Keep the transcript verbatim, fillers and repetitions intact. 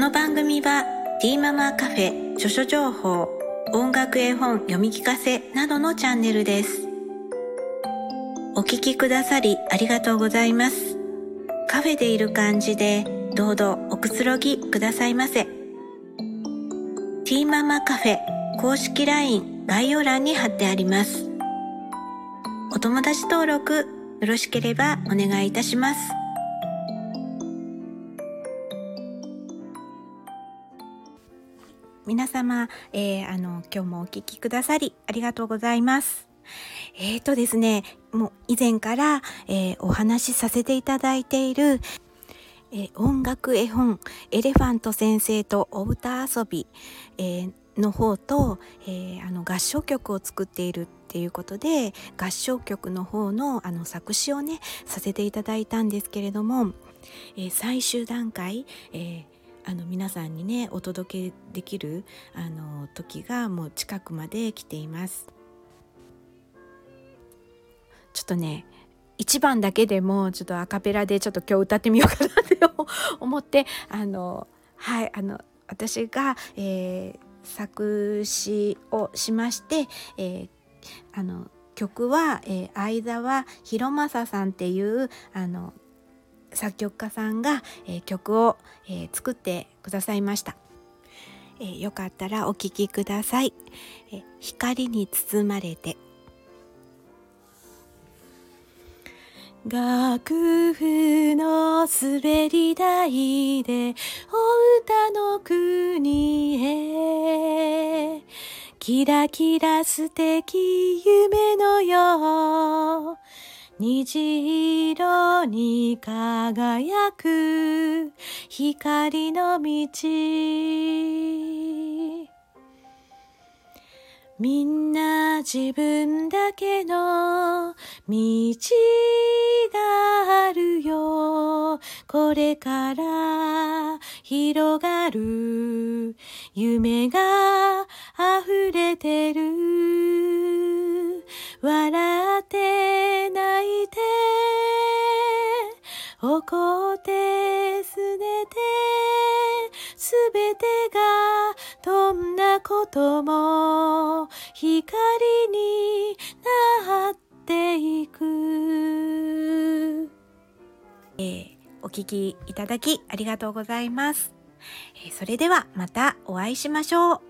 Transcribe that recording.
の番組はティーママカフェ、著書情報、音楽絵本読み聞かせなどのチャンネルです。お聞きくださりありがとうございます。カフェでいる感じでどうぞおくつろぎくださいませ。ティーママカフェ公式 ライン 概要欄に貼ってあります。お友達登録よろしければお願いいたします。皆様、えー、あの今日もお聞きくださりありがとうございます。えーとですね、もう以前から、えー、お話しさせていただいている、えー、音楽絵本エレファント先生とお歌遊び、えー、の方と、えー、あの合唱曲を作っているっていうことで、合唱曲の方のあの作詞をねさせていただいたんですけれども、えー、最終段階、えーあの皆さんにねお届けできるあの時がもう近くまで来ています。ちょっとね一番だけでもちょっとアカペラでちょっと今日歌ってみようかなって思ってあのはいあの私が、えー、作詞をしまして、えー、あの曲は、えー、相沢弘正さんっていうあの作曲家さんが、えー、曲を、えー、作ってくださいました。えー、よかったらお聴きください。えー、光に包まれて。楽譜の滑り台でお歌の国へ、キラキラ素敵夢のよう、虹色に輝く光の道、みんな自分だけの道があるよ、これから広がる夢が溢れてる、笑って泣いて怒って拗ねて、すべてがどんなことも光になっていく。えー、お聞きいただきありがとうございます。えー、それではまたお会いしましょう。